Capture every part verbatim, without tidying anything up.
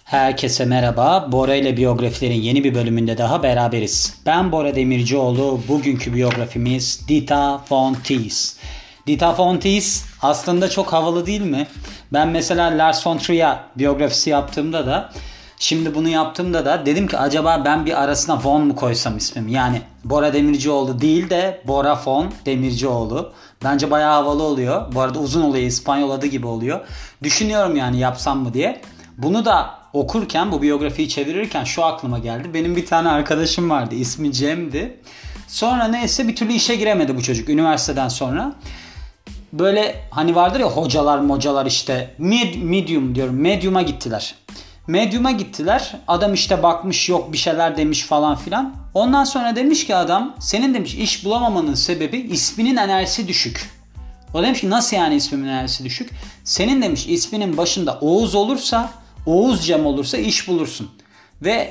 Herkese merhaba. Bora ile biyografilerin yeni bir bölümünde daha beraberiz. Ben Bora Demircioğlu. Bugünkü biyografimiz Dita Von Teese. Dita Von Teese aslında çok havalı değil mi? Ben mesela Lars von Trier biyografisi yaptığımda da şimdi bunu yaptığımda da dedim ki acaba ben bir arasına Von mu koysam ismimi? Yani Bora Demircioğlu değil de Bora Von Demircioğlu. Bence bayağı havalı oluyor. Bu arada uzun oluyor, İspanyol adı gibi oluyor. Düşünüyorum yani yapsam mı diye. Bunu da okurken, bu biyografiyi çevirirken şu aklıma geldi. Benim bir tane arkadaşım vardı. İsmi Cem'di. Sonra neyse bir türlü işe giremedi bu çocuk üniversiteden sonra. Böyle hani vardır ya hocalar mocalar işte med- medium diyorum medium'a gittiler. Medium'a gittiler. Adam işte bakmış yok bir şeyler demiş falan filan. Ondan sonra demiş ki adam senin demiş iş bulamamanın sebebi isminin enerjisi düşük. O demiş ki nasıl yani ismimin enerjisi düşük? Senin demiş isminin başında Oğuz olursa Oğuz Cem olursa iş bulursun. Ve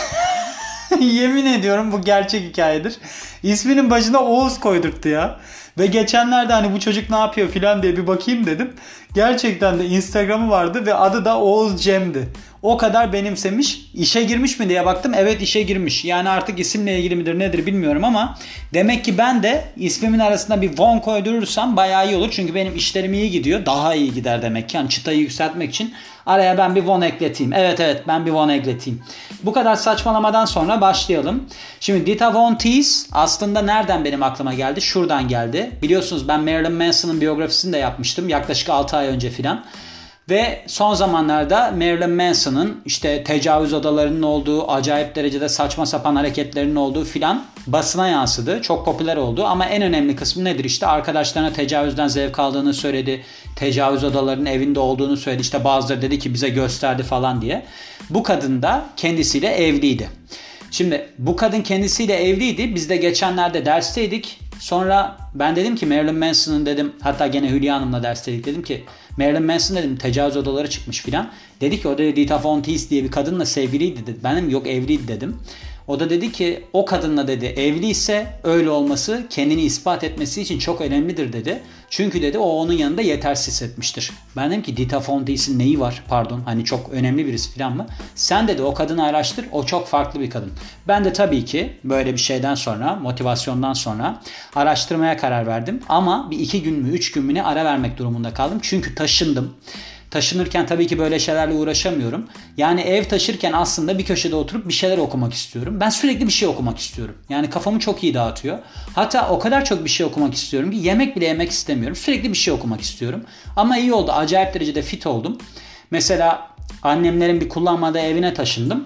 yemin ediyorum bu gerçek hikayedir. İsminin başına Oğuz koydurttu ya. Ve geçenlerde hani bu çocuk ne yapıyor filan diye bir bakayım dedim. Gerçekten de Instagram'ı vardı ve adı da Oğuz Cem'di. O kadar benimsemiş. İşe girmiş mi diye baktım. Evet işe girmiş. Yani artık isimle ilgili midir nedir bilmiyorum ama demek ki ben de ismimin arasında bir Von koydurursam bayağı iyi olur. Çünkü benim işlerim iyi gidiyor. Daha iyi gider demek ki. Yani çıtayı yükseltmek için araya ben bir Von ekleteyim. Evet evet ben bir Von ekleteyim. Bu kadar saçmalamadan sonra başlayalım. Şimdi Dita Von Teese aslında nereden benim aklıma geldi? Şuradan geldi. Biliyorsunuz ben Marilyn Manson'ın biyografisini de yapmıştım. Yaklaşık altı ay önce filan. Ve son zamanlarda Marilyn Manson'ın işte tecavüz odalarının olduğu, acayip derecede saçma sapan hareketlerinin olduğu filan basına yansıdı. Çok popüler oldu ama en önemli kısmı nedir? İşte arkadaşlarına tecavüzden zevk aldığını söyledi. Tecavüz odalarının evinde olduğunu söyledi. İşte bazıları dedi ki bize gösterdi falan diye. Bu kadın da kendisiyle evliydi. Şimdi bu kadın kendisiyle evliydi. Biz de geçenlerde dersteydik. Sonra ben dedim ki Marilyn Manson'ın dedim hatta gene Hülya Hanım'la dersteydik dedim ki Marilyn Manson dedim tecavüz odaları çıkmış filan. Dedi ki o da Dita Von Teese diye bir kadınla sevgiliydi dedi. Ben dedim yok evliydi dedim. O da dedi ki o kadınla dedi evliyse öyle olması kendini ispat etmesi için çok önemlidir dedi. Çünkü dedi o onun yanında yetersiz hissetmiştir. Ben dedim ki Dita Von Teese'in neyi var pardon hani çok önemli birisi falan mı? Sen dedi o kadını araştır o çok farklı bir kadın. Ben de tabii ki böyle bir şeyden sonra motivasyondan sonra araştırmaya karar verdim. Ama bir iki gün mü üç gün mü ne ara vermek durumunda kaldım. Çünkü taşındım. Taşınırken tabii ki böyle şeylerle uğraşamıyorum. Yani ev taşırken aslında bir köşede oturup bir şeyler okumak istiyorum. Ben sürekli bir şey okumak istiyorum. Yani kafamı çok iyi dağıtıyor. Hatta o kadar çok bir şey okumak istiyorum ki yemek bile yemek istemiyorum. Sürekli bir şey okumak istiyorum. Ama iyi oldu. Acayip derecede fit oldum. Mesela annemlerin bir kullanmadığı evine taşındım.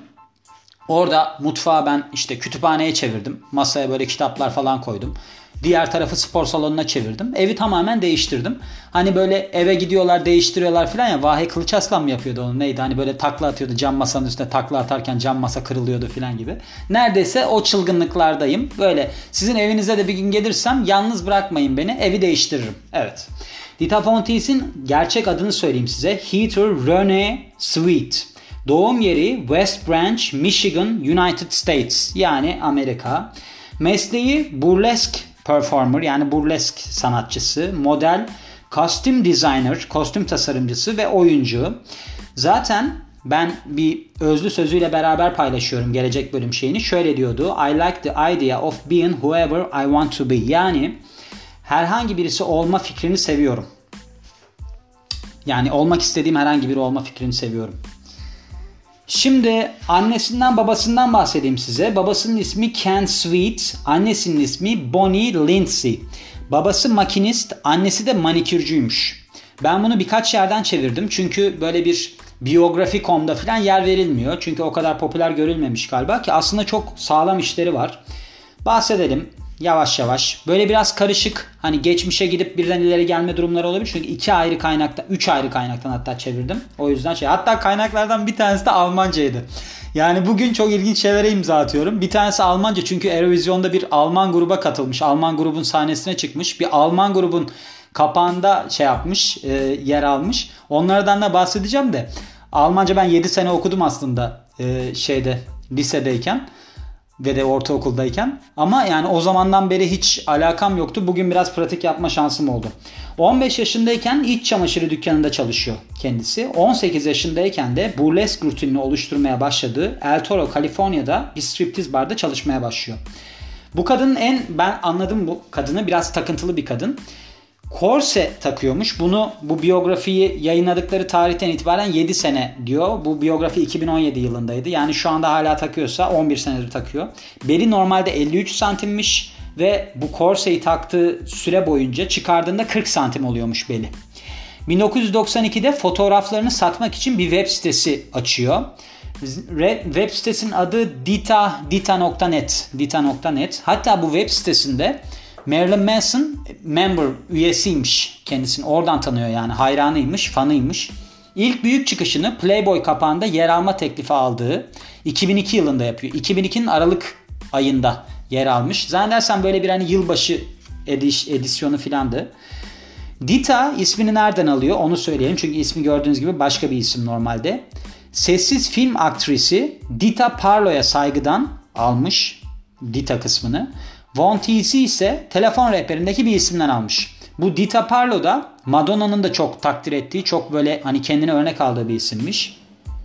Orada mutfağı ben işte kütüphaneye çevirdim. Masaya böyle kitaplar falan koydum. Diğer tarafı spor salonuna çevirdim. Evi tamamen değiştirdim. Hani böyle eve gidiyorlar değiştiriyorlar falan ya. Vahe Kılıçaslan mı yapıyordu onu neydi? Hani böyle takla atıyordu cam masanın üstüne takla atarken cam masa kırılıyordu falan gibi. Neredeyse o çılgınlıklardayım. Böyle sizin evinize de bir gün gelirsem yalnız bırakmayın beni. Evi değiştiririm. Evet. Dita Von Teese'in gerçek adını söyleyeyim size. Heather Rene Sweet. Doğum yeri West Branch, Michigan, United States. Yani Amerika. Mesleği burlesk performer yani burlesk sanatçısı, model, kostüm designer, kostüm tasarımcısı ve oyuncu. Zaten ben bir özlü sözüyle beraber paylaşıyorum gelecek bölüm şeyini. Şöyle diyordu. I like the idea of being whoever I want to be. Yani herhangi birisi olma fikrini seviyorum. Yani olmak istediğim herhangi biri olma fikrini seviyorum. Şimdi annesinden babasından bahsedeyim size. Babasının ismi Ken Sweet, annesinin ismi Bonnie Lindsay. Babası makinist, annesi de manikürcüymüş. Ben bunu birkaç yerden çevirdim. Çünkü böyle bir biyografi nokta com'da falan yer verilmiyor. Çünkü o kadar popüler görülmemiş galiba ki aslında çok sağlam işleri var. Bahsedelim yavaş yavaş. Böyle biraz karışık. Hani geçmişe gidip birden ileri gelme durumları olabilir. Çünkü iki ayrı kaynakta, üç ayrı kaynaktan hatta çevirdim. O yüzden şey. Hatta kaynaklardan bir tanesi de Almancaydı. Yani bugün çok ilginç şeylere imza atıyorum. Bir tanesi Almanca çünkü Eurovision'da bir Alman gruba katılmış. Alman grubun sahnesine çıkmış. Bir Alman grubun kapağında şey yapmış, e, yer almış. Onlardan da bahsedeceğim de. Almanca ben yedi sene okudum aslında e, şeyde lisedeyken. ve de ortaokuldayken. Ama yani o zamandan beri hiç alakam yoktu. Bugün biraz pratik yapma şansım oldu. on beş yaşındayken iç çamaşırı dükkanında çalışıyor kendisi. on sekiz yaşındayken de burlesk rutinini oluşturmaya başladığı El Toro, Kaliforniya'da bir striptiz barda çalışmaya başlıyor. Bu kadının en, ben anladım bu kadını, biraz takıntılı bir kadın. Korse takıyormuş. Bunu, bu biyografiyi yayınladıkları tarihten itibaren yedi sene diyor. Bu biyografi iki bin on yedi yılındaydı. Yani şu anda hala takıyorsa on bir senedir takıyor. Beli normalde elli üç santimmiş ve bu korseyi taktığı süre boyunca çıkardığında kırk santim oluyormuş beli. bin dokuz yüz doksan ikide fotoğraflarını satmak için bir web sitesi açıyor. Web sitesinin adı dita dita nokta net. dita nokta net. Hatta bu web sitesinde Marilyn Manson member, üyesiymiş kendisini. Oradan tanıyor yani. Hayranıymış, fanıymış. İlk büyük çıkışını Playboy kapağında yer alma teklifi aldığı iki bin iki yılında yapıyor. iki bin ikinin Aralık ayında yer almış. Zannedersem böyle bir hani yılbaşı ediş, edisyonu filandı. Dita ismini nereden alıyor onu söyleyelim. Çünkü ismi gördüğünüz gibi başka bir isim normalde. Sessiz film aktrisi Dita Parlo'ya saygıdan almış Dita kısmını. Von Teese ise telefon rehberindeki bir isimden almış. Bu Dita Parlo da Madonna'nın da çok takdir ettiği, çok böyle hani kendine örnek aldığı bir isimmiş.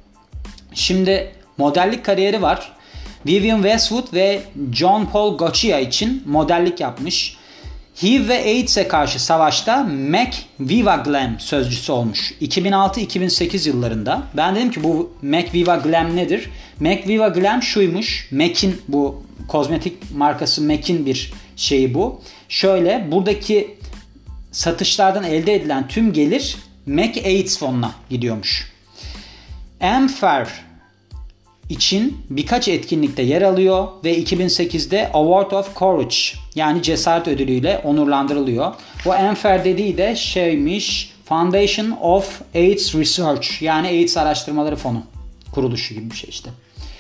Şimdi modellik kariyeri var. Vivienne Westwood ve John Paul Gaultier için modellik yapmış. H I V ve AIDS'e karşı savaşta Mac Viva Glam sözcüsü olmuş. iki bin altı iki bin sekiz yıllarında. Ben dedim ki bu Mac Viva Glam nedir? Mac Viva Glam şuymuş. Mac'in, bu kozmetik markası Mac'in bir şeyi bu. Şöyle, buradaki satışlardan elde edilen tüm gelir Mac AIDS fonuna gidiyormuş. Amfer için birkaç etkinlikte yer alıyor ve iki bin sekizde Award of Courage yani cesaret ödülüyle onurlandırılıyor. Bu Amfer dediği de şeymiş, Foundation of AIDS Research yani AIDS Araştırmaları Fonu kuruluşu gibi bir şey işte.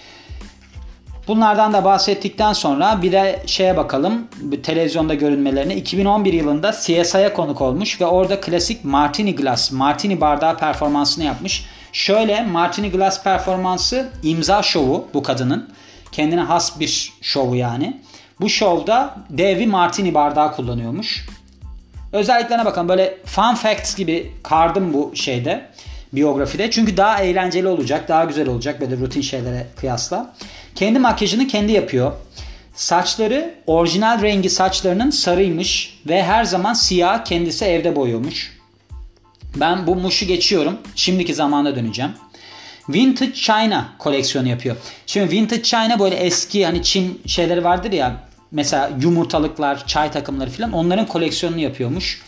Bunlardan da bahsettikten sonra bir de şeye bakalım, televizyonda görünmelerine. iki bin on bir yılında C S I'ya konuk olmuş ve orada klasik Martini Glass, Martini bardağı performansını yapmış. Şöyle, Martini Glass performansı imza şovu bu kadının. Kendine has bir şovu yani. Bu şovda dev bir Martini bardağı kullanıyormuş. Özelliklerine bakalım. Böyle fun facts gibi kardım bu şeyde, biyografide. Çünkü daha eğlenceli olacak, daha güzel olacak böyle rutin şeylere kıyasla. Kendi makyajını kendi yapıyor. Saçları, orijinal rengi saçlarının sarıymış ve her zaman siyah, kendisi evde boyuyormuş. Ben bu muşu geçiyorum. Şimdiki zamana döneceğim. Vintage China koleksiyonu yapıyor. Şimdi Vintage China böyle eski hani Çin şeyleri vardır ya. Mesela yumurtalıklar, çay takımları falan, onların koleksiyonunu yapıyormuş.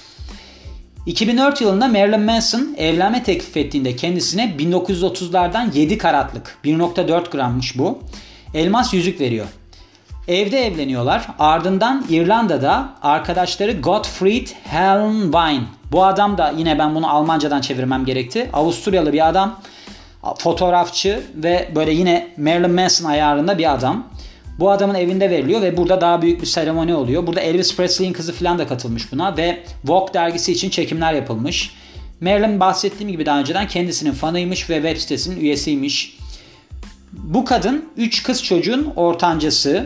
iki bin dört yılında Marilyn Manson evlenme teklif ettiğinde kendisine bin dokuz yüz otuzlardan yedi karatlık, bir nokta dört grammış bu, elmas yüzük veriyor. Evde evleniyorlar. Ardından İrlanda'da arkadaşları Gottfried Helnwein. Bu adam da yine ben bunu Almancadan çevirmem gerekti. Avusturyalı bir adam. Fotoğrafçı ve böyle yine Marilyn Manson ayarında bir adam. Bu adamın evinde veriliyor ve burada daha büyük bir seremoni oluyor. Burada Elvis Presley'in kızı falan da katılmış buna ve Vogue dergisi için çekimler yapılmış. Marilyn bahsettiğim gibi daha önceden kendisinin fanıymış ve web sitesinin üyesiymiş. Bu kadın üç kız çocuğun ortancası.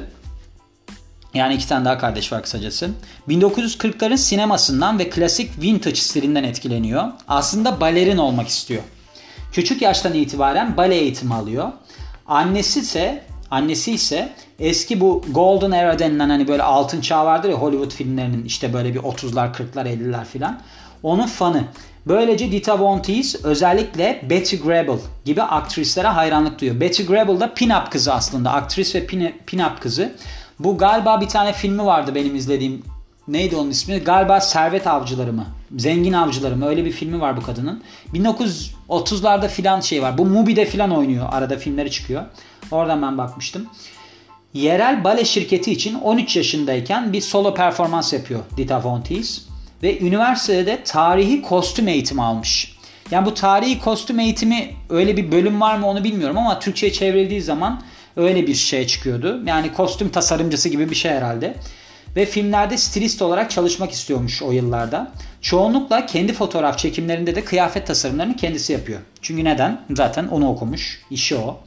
Yani iki tane daha kardeş var kısacası. bin dokuz yüz kırkların sinemasından ve klasik vintage stilinden etkileniyor. Aslında balerin olmak istiyor. Küçük yaştan itibaren bale eğitimi alıyor. Annesi ise annesi ise eski bu Golden Era denilen hani böyle altın çağ vardır ya Hollywood filmlerinin, işte böyle bir otuzlar, kırklar, elliler filan. Onun fanı. Böylece Dita Von Teese özellikle Betty Grable gibi aktrislere hayranlık duyuyor. Betty Grable da pin-up kızı aslında. Aktris ve pin-up kızı. Bu galiba bir tane filmi vardı benim izlediğim. Neydi onun ismi? Galiba Servet Avcıları mı? Zengin Avcıları mı? Öyle bir filmi var bu kadının. bin dokuz yüz otuzlarda filan şey var. Bu Mubi'de filan oynuyor. Arada filmleri çıkıyor. Oradan ben bakmıştım. Yerel bale şirketi için on üç yaşındayken bir solo performans yapıyor Dita Von Teese. Ve üniversitede tarihi kostüm eğitimi almış. Yani bu tarihi kostüm eğitimi, öyle bir bölüm var mı onu bilmiyorum ama Türkçe'ye çevrildiği zaman öyle bir şey çıkıyordu. Yani kostüm tasarımcısı gibi bir şey herhalde. Ve filmlerde stilist olarak çalışmak istiyormuş o yıllarda. Çoğunlukla kendi fotoğraf çekimlerinde de kıyafet tasarımlarını kendisi yapıyor. Çünkü neden? Zaten onu okumuş. İşi o.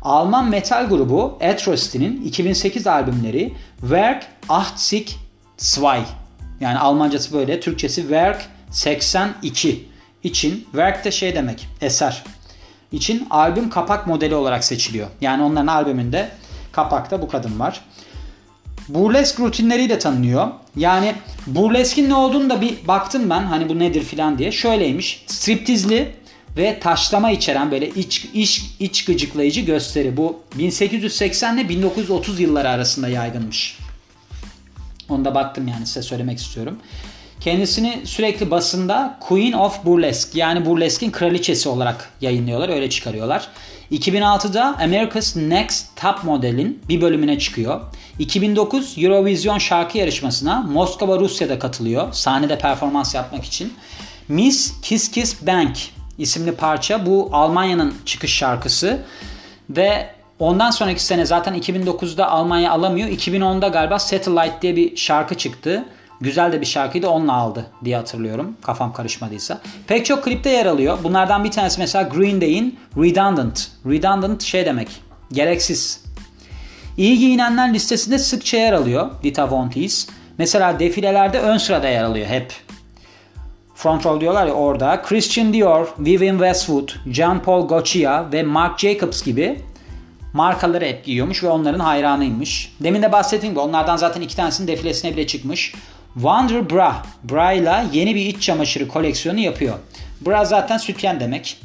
Alman metal grubu Atrocity'nin iki bin sekiz albümleri Werk achtzig zwei, yani Almancası böyle, Türkçesi Werk seksen iki için, Werk de şey demek, eser için albüm kapak modeli olarak seçiliyor. Yani onların albümünde kapakta bu kadın var. Burlesk rutinleriyle tanınıyor. Yani burleskin ne olduğunu da bir baktım ben, hani bu nedir filan diye. Şöyleymiş: striptizli ve taşlama içeren böyle iç, iç, iç gıcıklayıcı gösteri. Bu bin sekiz yüz seksen ile bin dokuz yüz otuz yılları arasında yaygınmış. Onu da baktım, yani size söylemek istiyorum. Kendisini sürekli basında Queen of Burlesque, yani burleskin kraliçesi olarak yayınlıyorlar, öyle çıkarıyorlar. iki bin altıda America's Next Top Model'in bir bölümüne çıkıyor. iki bin dokuz Eurovision şarkı yarışmasına Moskova, Rusya'da katılıyor sahnede performans yapmak için. Miss Kiss Kiss Bang isimli parça bu Almanya'nın çıkış şarkısı ve ondan sonraki sene zaten iki bin dokuzda Almanya alamıyor. iki bin onda galiba Satellite diye bir şarkı çıktı. Güzel de bir şarkıydı, onunla aldı diye hatırlıyorum, kafam karışmadıysa. Pek çok klipte yer alıyor. Bunlardan bir tanesi mesela Green Day'in Redundant. Redundant şey demek, gereksiz. İyi giyinenler listesinde sıkça yer alıyor Dita Von Teese. Mesela defilelerde ön sırada yer alıyor hep. Front row diyorlar ya, orada. Christian Dior, Vivienne Westwood, Jean Paul Gaultier ve Marc Jacobs gibi markaları hep giyiyormuş ve onların hayranıymış. Demin de bahsettiğim gibi onlardan zaten iki tanesinin defilesine bile çıkmış. Wonder Bra, Bra ile yeni bir iç çamaşırı koleksiyonu yapıyor. Bra zaten sütyen demek.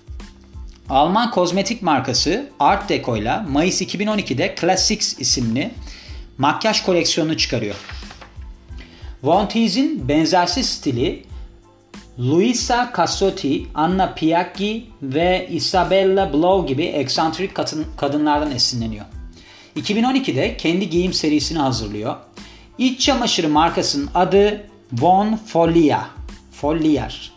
Alman kozmetik markası Art Deco ile Mayıs iki bin on ikide Classics isimli makyaj koleksiyonunu çıkarıyor. Von Teese'in benzersiz stili Luisa Cassotti, Anna Piacchi ve Isabella Blow gibi eksantrik kadın, kadınlardan esinleniyor. iki bin on ikide kendi giyim serisini hazırlıyor. İç çamaşırı markasının adı Von Folia. Foliar.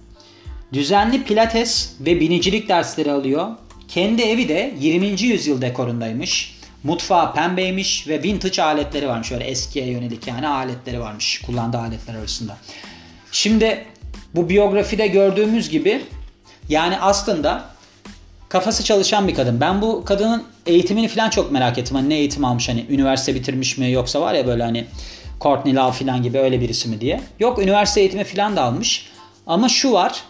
Düzenli pilates ve binicilik dersleri alıyor. Kendi evi de yirminci yüzyıl dekorundaymış. Mutfağı pembeymiş ve vintage aletleri varmış. Şöyle eskiye yönelik yani aletleri varmış. Kullandığı aletler arasında. Şimdi bu biyografide gördüğümüz gibi yani aslında kafası çalışan bir kadın. Ben bu kadının eğitimini falan çok merak ettim. Hani ne eğitim almış, hani üniversite bitirmiş mi, yoksa var ya böyle hani Courtney Love falan gibi öyle birisi mi diye. Yok, üniversite eğitimi falan da almış. Ama şu var,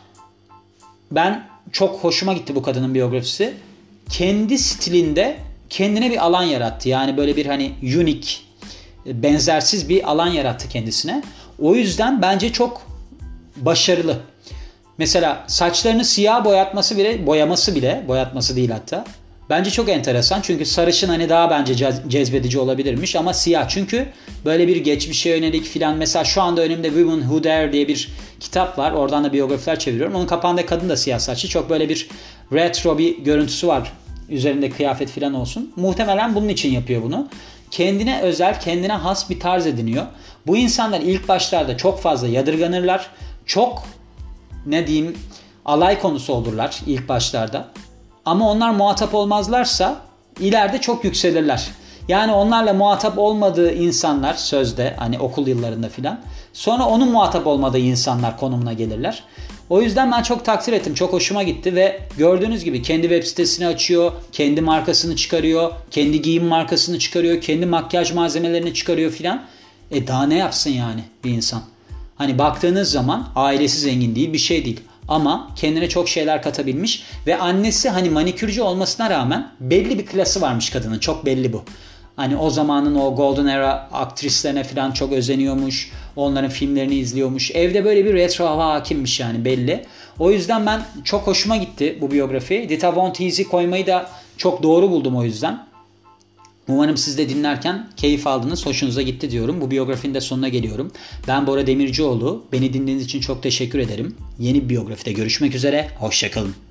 ben çok hoşuma gitti bu kadının biyografisi. Kendi stilinde kendine bir alan yarattı. Yani böyle bir hani unique, benzersiz bir alan yarattı kendisine. O yüzden bence çok başarılı. Mesela saçlarını siyah boyatması bile, boyaması bile, boyatması değil hatta. Bence çok enteresan. Çünkü sarışın hani daha bence cezbedici olabilirmiş ama siyah. Çünkü böyle bir geçmişe yönelik filan. Mesela şu anda önümde Women Who Dare diye bir kitap var. Oradan da biyografiler çeviriyorum. Onun kapağında kadın da siyah saçlı. Çok böyle bir retro bir görüntüsü var. Üzerinde kıyafet filan olsun. Muhtemelen bunun için yapıyor bunu. Kendine özel, kendine has bir tarz ediniyor. Bu insanlar ilk başlarda çok fazla yadırganırlar. Çok ne diyeyim alay konusu olurlar ilk başlarda. Ama onlar muhatap olmazlarsa ileride çok yükselirler. Yani onlarla muhatap olmadığı insanlar sözde hani okul yıllarında filan, sonra onun muhatap olmadığı insanlar konumuna gelirler. O yüzden ben çok takdir ettim. Çok hoşuma gitti ve gördüğünüz gibi kendi web sitesini açıyor, kendi markasını çıkarıyor, kendi giyim markasını çıkarıyor, kendi makyaj malzemelerini çıkarıyor filan. E daha ne yapsın yani bir insan? Hani baktığınız zaman ailesi zengin değil, bir şey değil. Ama kendine çok şeyler katabilmiş ve annesi hani manikürcü olmasına rağmen belli bir klası varmış kadının. Çok belli bu. Hani o zamanın o Golden Era aktrislerine falan çok özeniyormuş. Onların filmlerini izliyormuş. Evde böyle bir retro hava hakimmiş yani belli. O yüzden ben çok hoşuma gitti bu biyografi. Dita Von Teese'i koymayı da çok doğru buldum o yüzden. Umarım siz de dinlerken keyif aldınız, hoşunuza gitti diyorum. Bu biyografinin de sonuna geliyorum. Ben Bora Demircioğlu. Beni dinlediğiniz için çok teşekkür ederim. Yeni bir biyografide görüşmek üzere. Hoşça kalın.